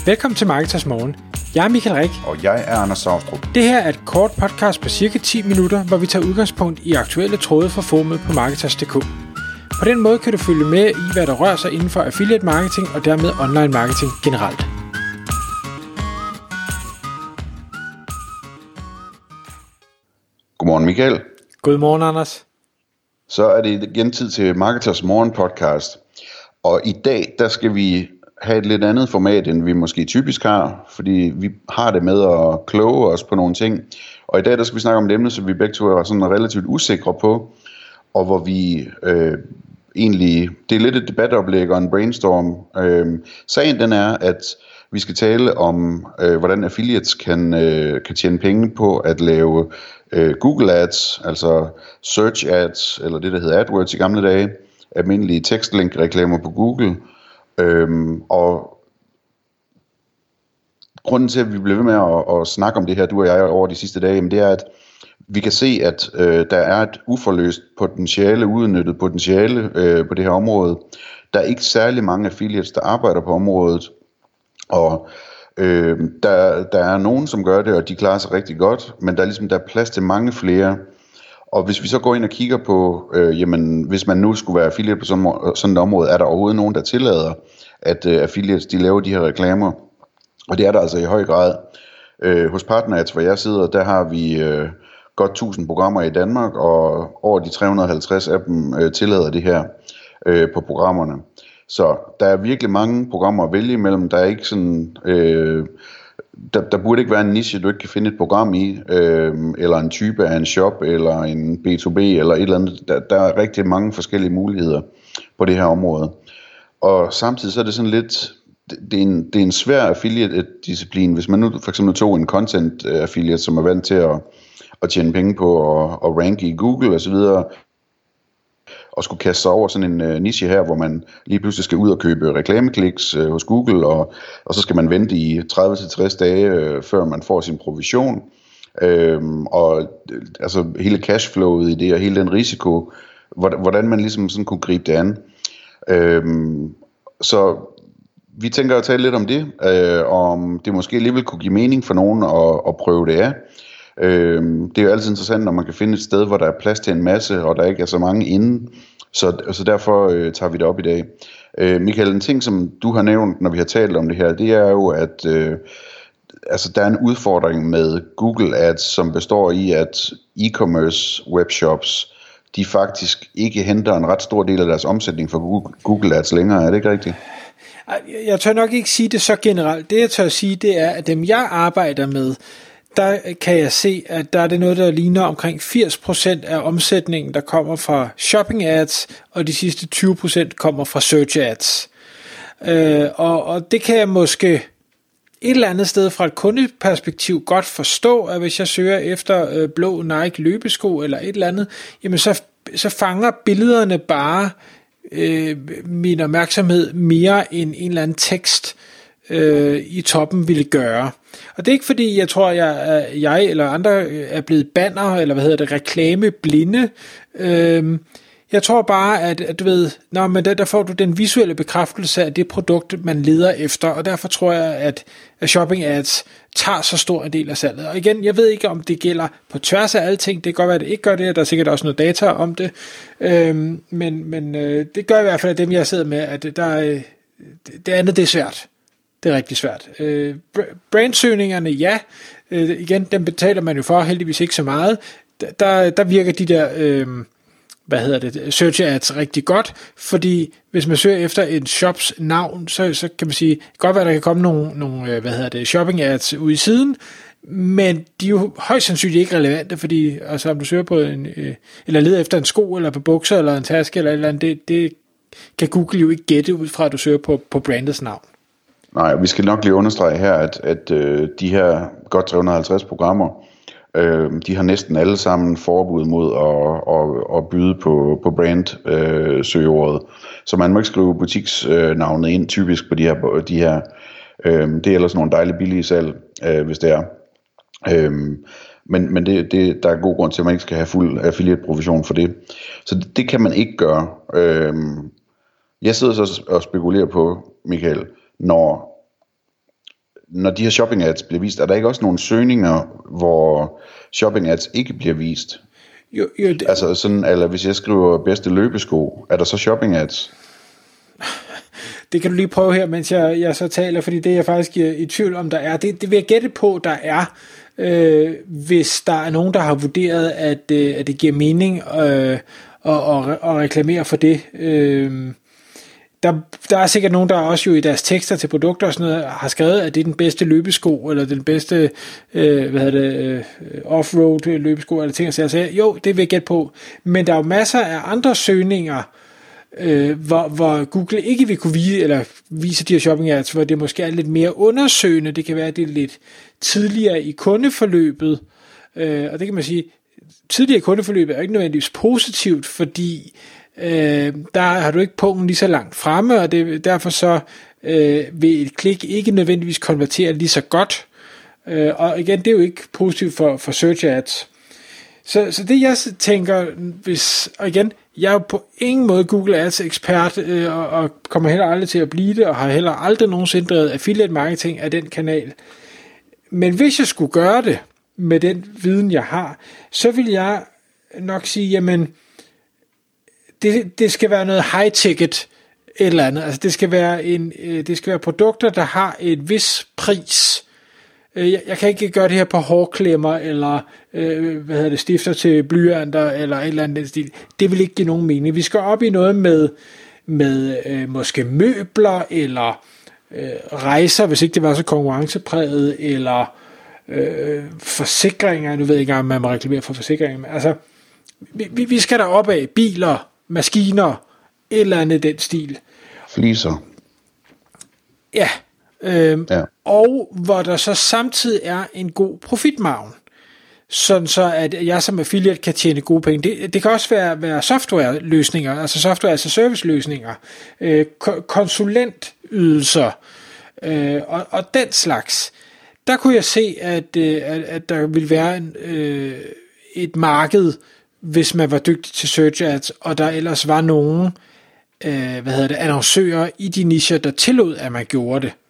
Velkommen til Marketers Morgen. Jeg er Michael Rik. Og jeg er Anders Saustrup. Det her er et kort podcast på cirka 10 minutter, hvor vi tager udgangspunkt i aktuelle tråde fra forumet på Marketers.dk. På den måde kan du følge med i, hvad der rører sig inden for affiliate marketing og dermed online marketing generelt. Godmorgen Michael. Godmorgen Anders. Så er det igen tid til Marketers Morgen podcast. Og i dag, der skal vi have et lidt andet format, end vi måske typisk har, fordi vi har det med at kloge os på nogle ting. Og i dag, der skal vi snakke om et emne, som vi begge to er sådan relativt usikre på, og hvor vi egentlig, det er lidt et debatoplæg og en brainstorm. Sagen den er, at vi skal tale om, hvordan affiliates kan tjene penge på at lave Google Ads, altså Search Ads, eller det der hedder AdWords i gamle dage, almindelige tekstlink-reklamer på Google. Og grunden til, at vi bliver ved med at snakke om det her, du og jeg, over de sidste dage, det er, at vi kan se, at der er et uforløst potentiale, uudnyttet potentiale på det her område. Der er ikke særlig mange affiliates, der arbejder på området, og der er nogen, som gør det, og de klarer sig rigtig godt, men der er plads til mange flere. Og hvis vi så går ind og kigger på, jamen, hvis man nu skulle være affiliate på sådan et område, er der overhovedet nogen, der tillader, at affiliates de laver de her reklamer? Og det er der altså i høj grad. Hos PartnerAds, hvor jeg sidder, der har vi godt 1000 programmer i Danmark, og over de 350 af dem tillader det her på programmerne. Så der er virkelig mange programmer at vælge imellem. Der er ikke sådan, der burde ikke være en niche, du ikke kan finde et program i, eller en type af en shop, eller en B2B, eller et eller andet. Der er rigtig mange forskellige muligheder på det her område. Og samtidig så er det sådan lidt, det er en svær affiliate-disciplin. Hvis man nu for eksempel tog en content affiliate, som er vant til at tjene penge på at ranke i Google osv., og skulle kaste sig over sådan en niche her, hvor man lige pludselig skal ud og købe reklamekliks hos Google, og så skal man vente i 30-60 dage, før man får sin provision. Og altså hele cashflowet i det, og hele den risiko, hvordan man ligesom sådan kunne gribe det an. Så vi tænker at tale lidt om det, om det måske alligevel kunne give mening for nogen at prøve det af. Det er jo altid interessant, når man kan finde et sted, hvor der er plads til en masse, og der ikke er så mange inde. Så derfor tager vi det op i dag. Michael, en ting, som du har nævnt, når vi har talt om det her, det er jo, at altså, der er en udfordring med Google Ads, som består i, at e-commerce webshops, de faktisk ikke henter en ret stor del af deres omsætning fra Google Ads længere. Er det ikke rigtigt? Jeg tør nok ikke sige det så generelt. Det jeg tør sige, det er, at dem jeg arbejder med, der kan jeg se, at der er det noget, der ligner omkring 80% af omsætningen, der kommer fra shopping ads, og de sidste 20% kommer fra search ads. Og det kan jeg måske et eller andet sted fra et kundeperspektiv godt forstå, at hvis jeg søger efter blå Nike løbesko eller et eller andet, jamen så fanger billederne bare min opmærksomhed mere end en eller anden tekst i toppen ville gøre. Og det er ikke fordi jeg tror jeg eller andre er blevet banner eller reklameblinde. Jeg tror bare at du ved, men der får du den visuelle bekræftelse af det produkt man leder efter, og derfor tror jeg at shopping ads tager så stor en del af salget. Og igen, jeg ved ikke om det gælder på tværs af alting. Det kan godt være at det ikke gør det, der er sikkert også noget data om det. Men det gør i hvert fald at dem jeg sidder med, at det andet det er svært. Det er rigtig svært. Brandsøgningerne, ja. Igen, dem betaler man jo for, heldigvis ikke så meget. Der virker de der, search ads rigtig godt, fordi hvis man søger efter en shops navn, så kan man sige, godt være, der kan komme nogle shopping ads ud i siden, men de er jo højst sandsynligt ikke relevante, fordi altså, om du søger på eller leder efter en sko, eller på bukser, eller en taske, eller et eller andet, det kan Google jo ikke gætte ud fra, at du søger på brandets navn. Nej, vi skal nok lige understrege her, at de her godt 350 programmer, de har næsten alle sammen forbud mod at byde på brand søgeordet. Så man må ikke skrive butiksnavnet ind typisk på de her. Det er ellers nogle dejlige billige salg, hvis det er. Men der er god grund til, at man ikke skal have fuld affiliate-provision for det. Så det kan man ikke gøre. Jeg sidder så og spekulerer på, Michael, når når de her shopping ads bliver vist, er der ikke også nogle søgninger, hvor shopping ads ikke bliver vist? Jo, altså sådan, eller hvis jeg skriver bedste løbesko, er der så shopping ads? Det kan du lige prøve her, mens jeg så taler, fordi det er jeg faktisk i tvivl om, der er. Det vil jeg gætte på, der er, hvis der er nogen, der har vurderet, at det giver mening at reklamere for det. Der er sikkert nogen, der også jo i deres tekster til produkter og sådan noget, har skrevet, at det er den bedste løbesko, eller den bedste off-road løbesko, eller ting. Så jeg sagde, jo, det vil jeg gætte på. Men der er jo masser af andre søgninger, hvor Google ikke vil kunne vise de her shopping ads, hvor det måske er lidt mere undersøgende. Det kan være, at det er lidt tidligere i kundeforløbet, og det kan man sige, tidligere i kundeforløbet er ikke nødvendigvis positivt, fordi der har du ikke punkten lige så langt fremme, og derfor så vil et klik ikke nødvendigvis konvertere lige så godt, og igen, det er jo ikke positivt for search ads. Så det jeg tænker, og igen, jeg er jo på ingen måde Google Ads ekspert, og kommer heller aldrig til at blive det, og har heller aldrig nogensinde drevet affiliate marketing af den kanal. Men hvis jeg skulle gøre det, med den viden jeg har, så vil jeg nok sige, jamen, det skal være noget high ticket, et eller andet. Altså det skal være produkter, der har et vis pris. Jeg kan ikke gøre det her på hårklemmer, eller stifter til blyanter, eller et eller andet stil. Det vil ikke give nogen mening. Vi skal op i noget med måske møbler, eller rejser, hvis ikke det var så konkurrencepræget, eller forsikringer. Nu ved jeg ikke, om man må reklamere for forsikringer. Men altså, vi skal derop af biler, maskiner, et eller andet den stil. Fliser. Ja. Og hvor der så samtidig er en god profitmargin, sådan så at jeg som affiliate kan tjene gode penge. Det kan også være software-løsninger, altså software as a service-løsninger, konsulentydelser og den slags. Der kunne jeg se, at der ville være et marked, hvis man var dygtig til search ads, og der ellers var nogen annoncører i de nicher, der tillod, at man gjorde det.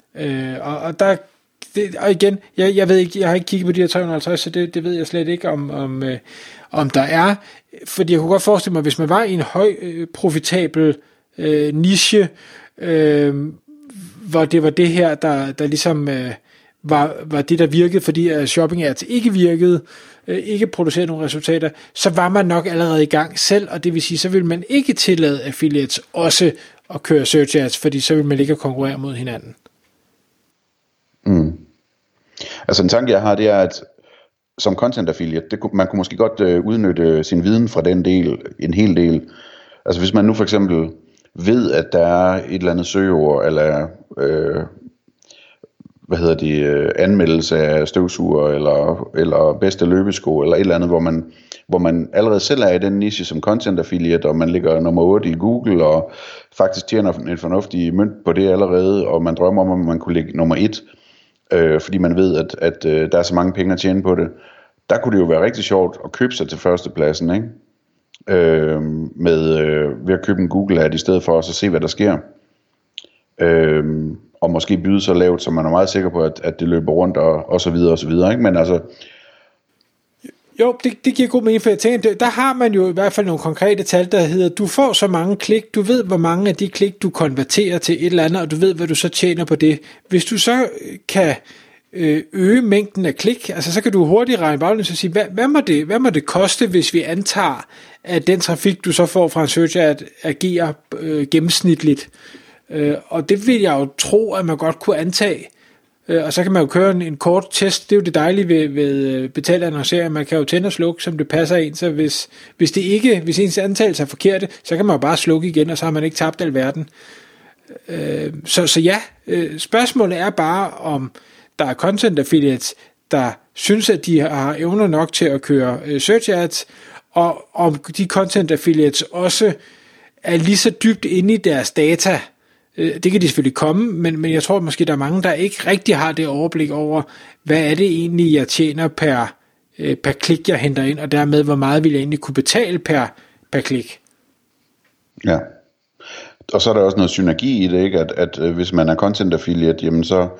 Og igen, jeg ved ikke, jeg har ikke kigget på de her 350, så det ved jeg slet ikke om der er, fordi jeg kunne godt forestille mig, hvis man var i en høj profitabel niche, hvor det var det her, der ligesom var det, der virkede, fordi shopping ads ikke virkede, ikke producerede nogle resultater, så var man nok allerede i gang selv, og det vil sige, så vil man ikke tillade affiliates også at køre search ads, fordi så vil man ikke konkurrere mod hinanden. Altså en tanke jeg har, det er, at som content affiliate, man kunne måske godt udnytte sin viden fra den del, en hel del. Altså hvis man nu for eksempel ved, at der er et eller andet søgeord, eller anmeldelse af støvsuger, eller bedste løbesko, eller et eller andet, hvor man allerede selv er i den niche som content affiliate, og man ligger nummer 8 i Google, og faktisk tjener en fornuftig mønt på det allerede, og man drømmer om, at man kunne ligge nummer 1, fordi man ved, at der er så mange penge at tjene på det. Der kunne det jo være rigtig sjovt at købe sig til førstepladsen, ikke? Ved at købe en Google ad i stedet for at så se, hvad der sker. Og måske byde så lavt, så man er meget sikker på, at det løber rundt, og så videre, og så videre, ikke? Men altså... Jo, det giver god mening, for jeg tænker, der har man jo i hvert fald nogle konkrete tal, der hedder, du får så mange klik, du ved, hvor mange af de klik, du konverterer til et eller andet, og du ved, hvad du så tjener på det. Hvis du så kan øge mængden af klik, altså så kan du hurtigt regne baglæns og sige, hvad må det koste, hvis vi antager, at den trafik, du så får fra en search ad, agerer gennemsnitligt. Og det vil jeg jo tro, at man godt kunne antage. Og så kan man jo køre en kort test. Det er jo det dejlige ved betalt annoncering. Man kan jo tænde og slukke, som det passer ind. Så hvis ens antagelse er forkerte, så kan man jo bare slukke igen, og så har man ikke tabt alverden. Så ja, spørgsmålet er bare, om der er content affiliates, der synes, at de har evner nok til at køre search ads, og om de content affiliates også er lige så dybt inde i deres data. Det kan de selvfølgelig komme, men jeg tror måske, der er mange, der ikke rigtig har det overblik over, hvad er det egentlig, jeg tjener per klik, jeg henter ind, og dermed, hvor meget vil jeg egentlig kunne betale per klik. Ja, og så er der også noget synergi i det, ikke? At hvis man er content affiliate, jamen så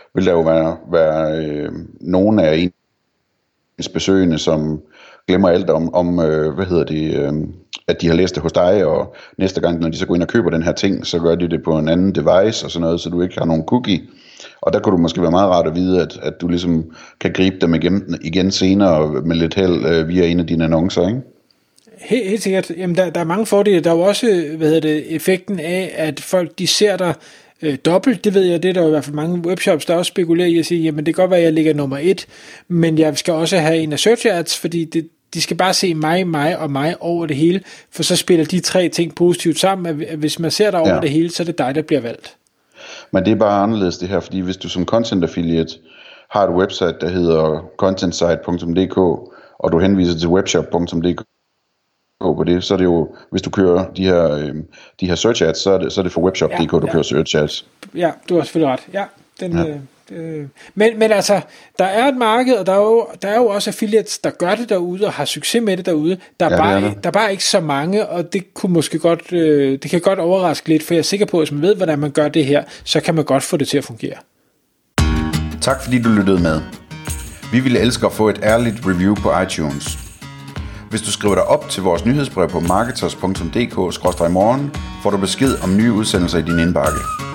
vil der jo være nogen af ens besøgende, som glemmer alt om at de har læst det hos dig, og næste gang, når de så går ind og køber den her ting, så gør de det på en anden device og sådan noget, så du ikke har nogen cookie. Og der kunne du måske være meget rart at vide, at du ligesom kan gribe dem igen senere med lidt held via en af dine annoncer, ikke? Helt sikkert. Jamen, der er mange fordele. Der er jo også effekten af, at folk de ser dig dobbelt. Det ved jeg, det er der jo i hvert fald mange webshops, der også spekulerer i at sige, jamen det kan godt være, at jeg ligger nummer 1, men jeg skal også have en af search ads, fordi de skal bare se mig over det hele, for så spiller de 3 ting positivt sammen, at hvis man ser dig over det hele, så er det dig, der bliver valgt. Men det er bare anderledes det her, fordi hvis du som content affiliate har et website, der hedder contentsite.dk, og du henviser til webshop.dk på det, så er det jo, hvis du kører de her search ads, så er det for webshop.dk, du kører search ads. Ja, du har selvfølgelig ret. Ja, men altså, der er et marked, og der er jo også affiliates, der gør det derude, og har succes med det derude. Der er bare ikke så mange, og det kunne måske godt, det kan godt overraske lidt, for jeg er sikker på, at hvis man ved, hvordan man gør det her, så kan man godt få det til at fungere. Tak fordi du lyttede med. Vi ville elske at få et ærligt review på iTunes. Hvis du skriver dig op til vores nyhedsbrev på marketers.dk/morgen, får du besked om nye udsendelser i din indbakke.